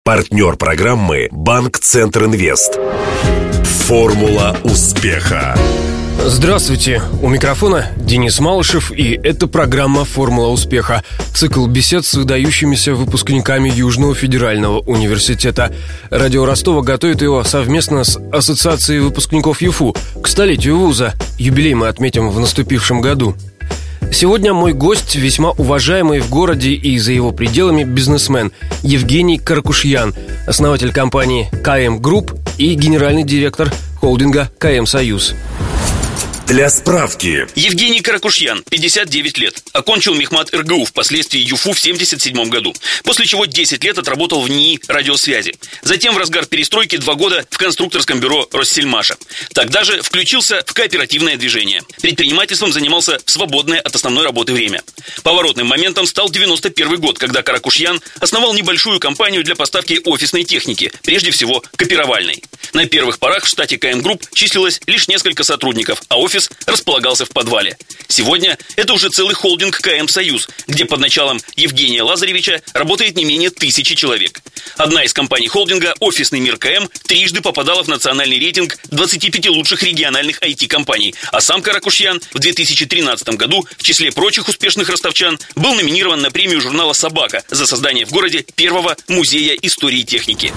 Партнер программы «Банк Центр Инвест». Формула успеха. Здравствуйте, у микрофона Денис Малышев, и это программа «Формула успеха». Цикл бесед с выдающимися выпускниками Южного федерального университета. Радио Ростова готовит его совместно с Ассоциацией выпускников ЮФУ к столетию вуза. Юбилей мы отметим в наступившем году. Сегодня мой гость весьма уважаемый в городе и за его пределами бизнесмен Евгений Каракушьян, основатель компании КМ Групп и генеральный директор холдинга КМ Союз. Для справки. Евгений Каракушьян, 59 лет. Окончил мехмат РГУ, впоследствии ЮФУ в 1977 году. После чего 10 лет отработал в НИИ радиосвязи. Затем в разгар перестройки 2 года в конструкторском бюро Россельмаша. Тогда же включился в кооперативное движение. Предпринимательством занимался в свободное от основной работы время. Поворотным моментом стал 91 год, когда Каракушьян основал небольшую компанию для поставки офисной техники, прежде всего копировальной. На первых порах в штате КМ Групп числилось лишь несколько сотрудников, а офис располагался в подвале. Сегодня это уже целый холдинг КМ Союз, где под началом Евгения Лазаревича работает не менее 1000 человек. Одна из компаний холдинга, офисный мир КМ, трижды попадала в национальный рейтинг 25 лучших региональных IT-компаний, а сам Каракушьян в 2013 году в числе прочих успешных ростовчан был номинирован на премию журнала «Собака» за создание в городе первого музея истории техники.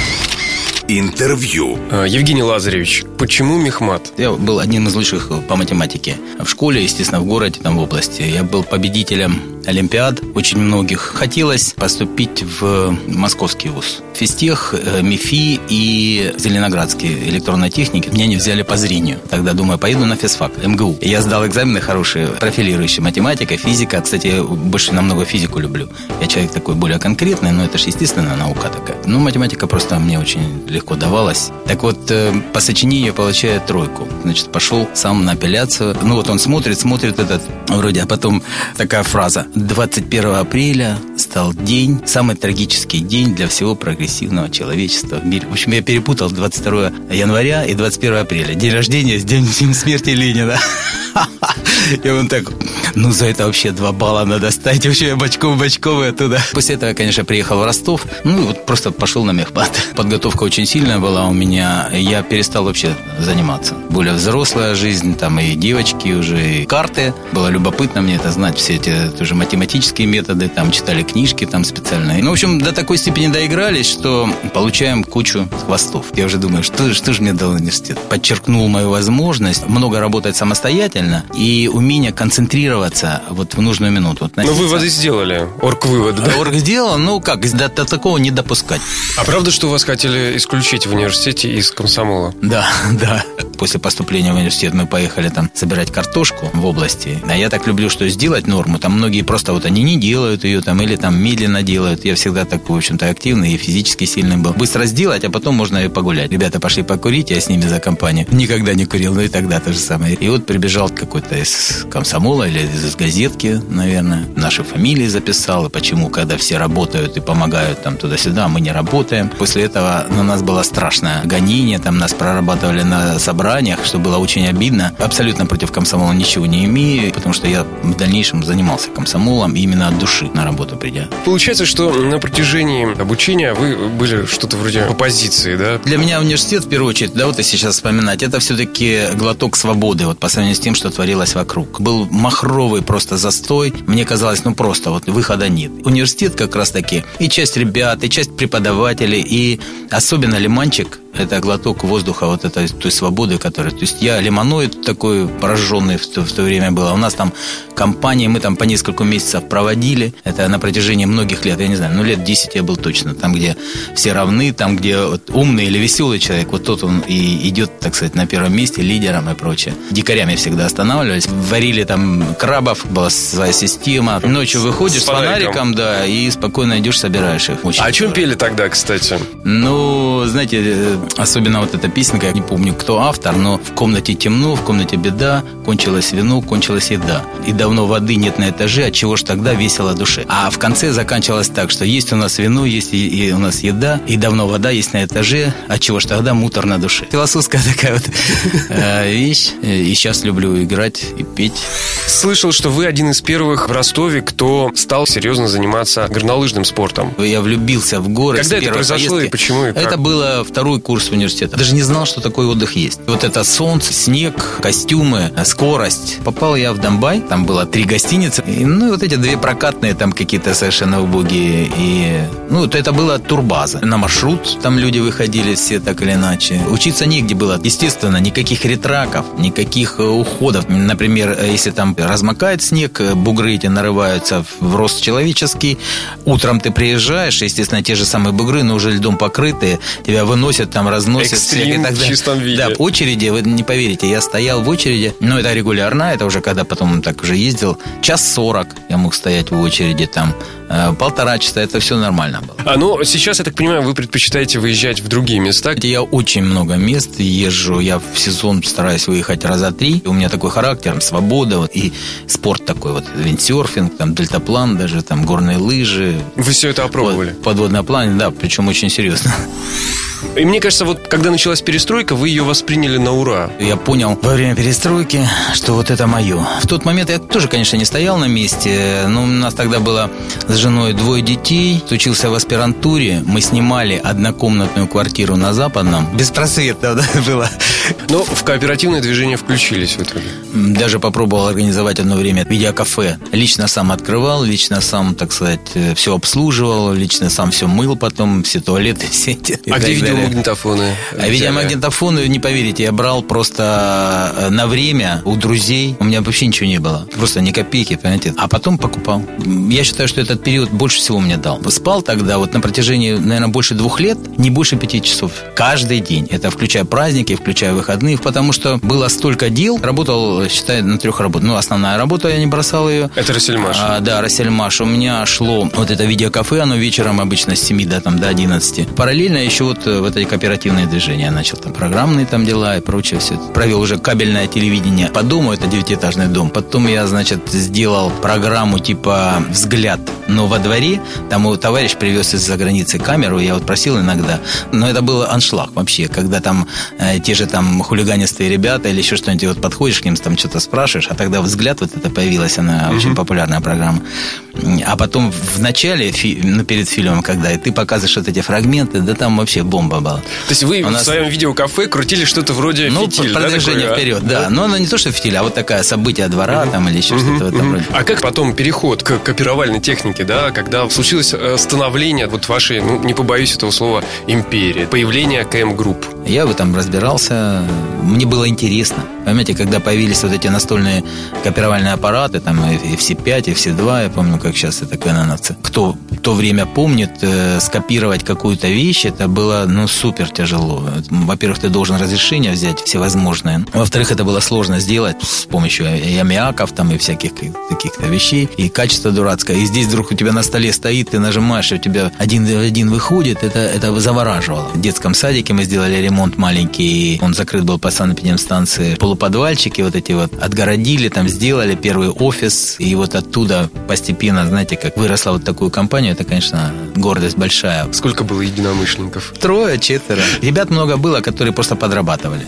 Интервью. Евгений Лазаревич, почему мехмат? Я был одним из лучших по математике в школе, естественно, в городе, там в области. Я был победителем олимпиад очень многих. Хотелось поступить в московский вуз. Физтех, МИФИ и Зеленоградский электронной техники. Меня не взяли по зрению. Тогда думаю, поеду на физфак, МГУ. Я сдал экзамены хорошие, профилирующие математика, физика. Кстати, я больше намного физику люблю. Я человек такой более конкретный, но это же естественная наука такая. Ну, математика просто мне очень легко давалась. Так вот, по сочинению я получаю 3. Значит, пошел сам на апелляцию. Ну, вот он смотрит этот, вроде, а потом такая фраза. 21 апреля стал день, самый трагический день для всего прогрессивного человечества в мире. В общем, я перепутал 22 января и 21 апреля. День рождения с днем смерти Ленина. И он так, ну, за это вообще 2 балла надо ставить. Вообще я бочком оттуда. После этого я, конечно, приехал в Ростов. Ну, и вот просто пошел на мехмат. Подготовка очень сильная была у меня. Я перестал вообще заниматься. Более взрослая жизнь, там и девочки уже, и карты. Было любопытно мне это знать, все эти тоже математические методы. Там читали книжки там специальные. Ну, в общем, до такой степени доигрались, что получаем кучу хвостов. Я уже думаю, что же мне дал университет? Подчеркнул мою возможность много работать самостоятельно и умение концентрироваться вот в нужную минуту. Ну, выводы сделали, орг-выводы, да? Орг сделал, ну как, до такого не допускать. А правда, что вас хотели исключить в университете из комсомола? Да. После поступления в университет мы поехали там собирать картошку в области. А я так люблю, что сделать норму. Там многие просто вот они не делают ее там, или там медленно делают. Я всегда такой, в общем-то, активный и физически сильный был. Быстро сделать, а потом можно и погулять. Ребята пошли покурить, я с ними за компанию. Никогда не курил, но и тогда то же самое. И вот прибежал какой-то из комсомола или из газетки, наверное. Наши фамилии записал. И почему, когда все работают и помогают там туда-сюда, мы не работаем. После этого на нас было страшное гонение. Там нас прорабатывали на собраниях, что было очень обидно. Абсолютно против комсомола ничего не имею, потому что я в дальнейшем занимался комсомолом именно от души на работу придя. Получается, что на протяжении обучения вы были что-то вроде оппозиции, да? Для меня университет, в первую очередь, да, вот если сейчас вспоминать, это все-таки глоток свободы, вот по сравнению с тем, что творилось вокруг. Был махровый просто застой. Мне казалось, ну просто вот выхода нет. Университет как раз таки и часть ребят, и часть преподавателей, и особенно лиманчик. Это глоток воздуха, вот этой той свободы, которая... То есть я лимоноид такой пораженный в то время был. У нас там компании, мы там по несколько месяцев проводили. Это на протяжении многих лет, я не знаю, лет 10 я был точно. Там, где все равны, там, где вот умный или веселый человек, вот тот он и идет, так сказать, на первом месте, лидером и прочее. Дикарями всегда останавливались. Варили там крабов, была своя система. Ночью выходишь с фонариком, да, и спокойно идешь, собираешь их. Очень о чем пели тогда, кстати? Ну, знаете... особенно вот эта песенка, я не помню, кто автор, но в комнате темно, в комнате беда, кончилось вино, кончилась еда. И давно воды нет на этаже, отчего ж тогда весело душе. А в конце заканчивалось так, что есть у нас вино, есть и у нас еда, и давно вода есть на этаже, отчего ж тогда мутор на душе. Философская такая вот вещь. И сейчас люблю играть и петь. Слышал, что вы один из первых в Ростове, кто стал серьезно заниматься горнолыжным спортом. Я влюбился в горы. Когда это произошло и почему? И как? Это было второй курс университета. Даже не знал, что такой отдых есть. Вот это солнце, снег, костюмы, скорость. Попал я в Домбай, там было 3 гостиницы. И, вот эти 2 прокатные, там какие-то совершенно убогие. И, это была турбаза. На маршрут там люди выходили все так или иначе. Учиться негде было. Естественно, никаких ретраков, никаких уходов. Например, если там размокает снег, бугры эти нарываются в рост человеческий. Утром ты приезжаешь, естественно, те же самые бугры, но уже льдом покрытые. Тебя выносят, там разносят. Экстрим в чистом виде. Да, очереди, вы не поверите, я стоял в очереди. Это регулярно, это уже когда потом так уже ездил. 1:40 я мог стоять в очереди там. 1,5 часа, это все нормально было. Но сейчас, я так понимаю, вы предпочитаете выезжать в другие места? Я очень много мест езжу. Я в сезон стараюсь выехать раза 3. У меня такой характер, свобода. И спорт такой, виндсерфинг, там, дельтаплан даже, там, горные лыжи. Вы все это опробовали? Подводное плавание, да, причем очень серьезно. И мне кажется, когда началась перестройка, вы ее восприняли на ура. Я понял во время перестройки, что это мое. В тот момент я тоже, конечно, не стоял на месте, но у нас тогда было с женой 2 детей. Учился в аспирантуре. Мы снимали однокомнатную квартиру на Западном. Беспросветно, да, было. Но в кооперативное движение включились в итоге. Даже попробовал организовать одно время видеокафе. Лично сам открывал, лично сам, так сказать, все обслуживал, лично сам все мыл потом, все туалеты, все эти. А где видеомагнитофоны? А видеомагнитофоны, не поверите, я брал просто на время у друзей. У меня вообще ничего не было. Просто ни копейки, понимаете. А потом покупал. Я считаю, что этот период больше всего мне дал. Спал тогда на протяжении, наверное, больше 2 лет, не больше 5 часов. Каждый день. Это включая праздники, включая выходные, потому что было столько дел. Работал, считай, на 3 работах. Основная работа, я не бросал ее. Это Рассельмаш. Да, Рассельмаш. У меня шло это видеокафе, оно вечером обычно с 7 до 11. Параллельно еще в это кооперативное движение. Я начал там программные дела и прочее все. Провел уже кабельное телевидение по дому, это 9-этажный дом. Потом я, сделал программу типа «Взгляд», но во дворе. Там товарищ привез из-за границы камеру, я просил иногда. Но это был аншлаг вообще, когда там те же хулиганистые ребята или еще что-нибудь, подходишь к ним, там что-то спрашиваешь, а тогда «Взгляд» это появилась, она очень популярная программа. А потом в начале, перед фильмом, когда ты показываешь эти фрагменты, да там вообще бомба была. То есть вы в своем видеокафе крутили что-то вроде фитиль, продвижение вперед, да. Но оно не то, что фитиль, а такая событие двора или еще что-то в этом роде. А как потом переход к копировальной технике, когда случилось становление вашей, не побоюсь этого слова, империи, появление КМ-групп? Я в этом разбирался, мне было интересно. Понимаете, когда появились эти настольные копировальные аппараты, FC5, FC2, я помню, как сейчас это каноновцы. Кто в то время помнит, скопировать какую-то вещь, это было, супер тяжело. Во-первых, ты должен разрешение взять всевозможные. Во-вторых, это было сложно сделать с помощью и аммиаков, и всяких каких-то вещей, и качество дурацкое. И здесь вдруг у тебя на столе стоит, ты нажимаешь, и у тебя один выходит, это завораживало. В детском садике мы сделали ремонт маленький, он закрыт был по санэпидемстанции, полуподвальчики отгородили, сделали первый офис, и оттуда постепенно, знаете, как выросла такую компанию, это, конечно, гордость большая. Сколько было единомышленников? 3-4. Ребят много было, которые просто подрабатывали.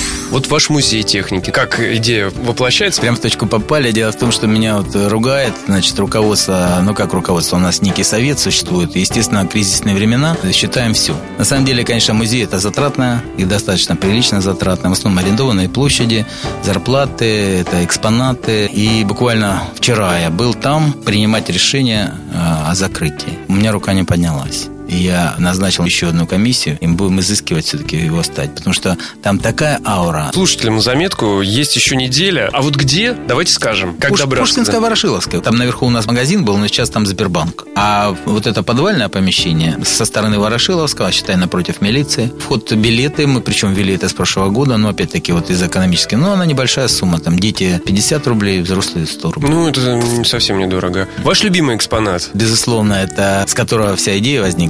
Ваш музей техники, как идея воплощается? Прям в точку попали. Дело в том, что меня ругает, руководство, как руководство, у нас некий совет существует, и, естественно, кризисные времена, считаем все. На самом деле, конечно, музей это затратно и достаточно прилично затратно. В основном арендованные площади, зарплаты, это экспонаты. И буквально вчера я был там принимать решение о закрытии. У меня рука не поднялась. И я назначил еще одну комиссию, и мы будем изыскивать все-таки его стать, потому что там такая аура. Слушателям на заметку, есть еще неделя. А где? Давайте скажем. Как добраться? Пушкинская, Ворошиловская. Там наверху у нас магазин был, но сейчас там Сбербанк. А это подвальное помещение со стороны Ворошиловского, считай, напротив милиции. Вход билеты, мы причем ввели это с прошлого года, но опять-таки из экономической. Но она небольшая сумма, дети 50 рублей, взрослые 100 рублей. Это совсем недорого. Ваш любимый экспонат? Безусловно, это с которого вся идея возникла.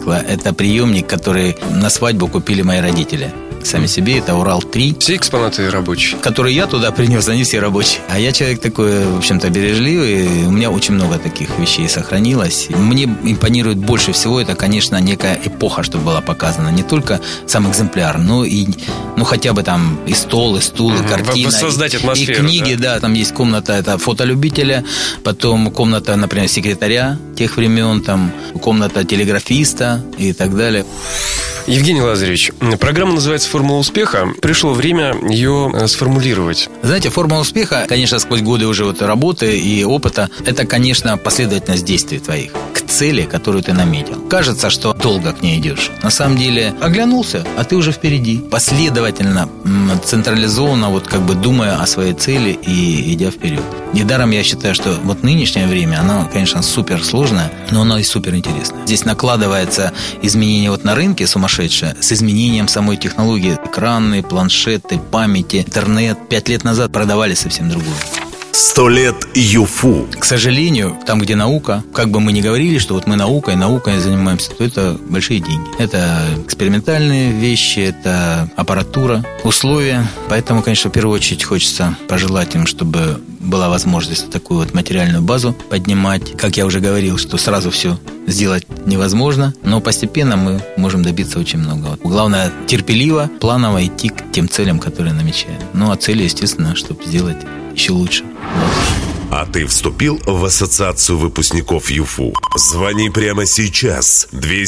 Москва. Это приемник, который на свадьбу купили мои родители. Сами себе, это Урал-3. Все экспонаты рабочие? Которые я туда принес, они все рабочие. А я человек такой, в общем-то, бережливый. У меня очень много таких вещей сохранилось. Мне импонирует больше всего, это, конечно, некая эпоха, что была показана. Не только сам экземпляр, но и, хотя бы там и стол, и стул, и картина. Воссоздать атмосферу. И книги, да, там есть комната, это фотолюбителя, потом комната, например, секретаря тех времен, там комната телеграфиста и так далее. Евгений Лазаревич, программа называется «Формула успеха». Пришло время ее сформулировать. Знаете, формула успеха, конечно, сквозь годы уже вот работы и опыта, это, конечно, последовательность действий твоих к цели, которую ты наметил. Кажется, что долго к ней идешь. На самом деле, оглянулся, а ты уже впереди. Последовательно, централизованно, вот как бы думая о своей цели и идя вперед. Недаром я считаю, что вот нынешнее время, оно, конечно, супер сложное, но оно и супер интересное. Здесь накладывается изменение вот на рынке сумасшедшее с изменением самой технологии. Экраны, планшеты, памяти, интернет. 5 лет назад продавали совсем другое. 100 лет ЮФУ. К сожалению, там, где наука, как бы мы ни говорили, что вот мы наукой занимаемся, то это большие деньги. Это экспериментальные вещи, это аппаратура, условия. Поэтому, конечно, в первую очередь хочется пожелать им, чтобы была возможность такую вот материальную базу поднимать. Как я уже говорил, что сразу все сделать невозможно, но постепенно мы можем добиться очень много. Главное, терпеливо, планово идти к тем целям, которые намечаем. Ну, а цели, естественно, чтобы сделать еще лучше. А ты вступил в ассоциацию выпускников ЮФУ? Звони прямо сейчас.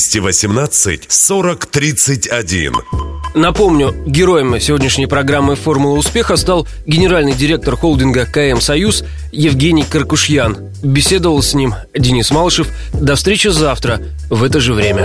218 40 31. Напомню, героем сегодняшней программы «Формула успеха» стал генеральный директор холдинга КМ «Союз» Евгений Каркушьян. Беседовал с ним Денис Малышев. До встречи завтра в это же время.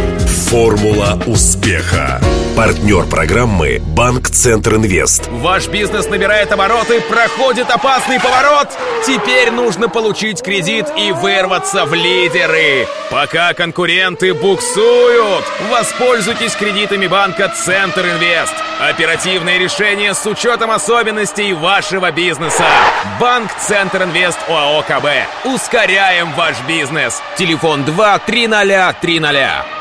Формула успеха. Партнер программы «Банк Центр Инвест». Ваш бизнес набирает обороты, проходит опасный поворот. Теперь нужно получить кредит и вырваться в лидеры. Пока конкуренты буксуют, воспользуйтесь кредитами банка Центр Инвест. Оперативное решение с учетом особенностей вашего бизнеса. Банк Центр Инвест ОАО КБ. Ускоряем ваш бизнес. Телефон 2 300 300.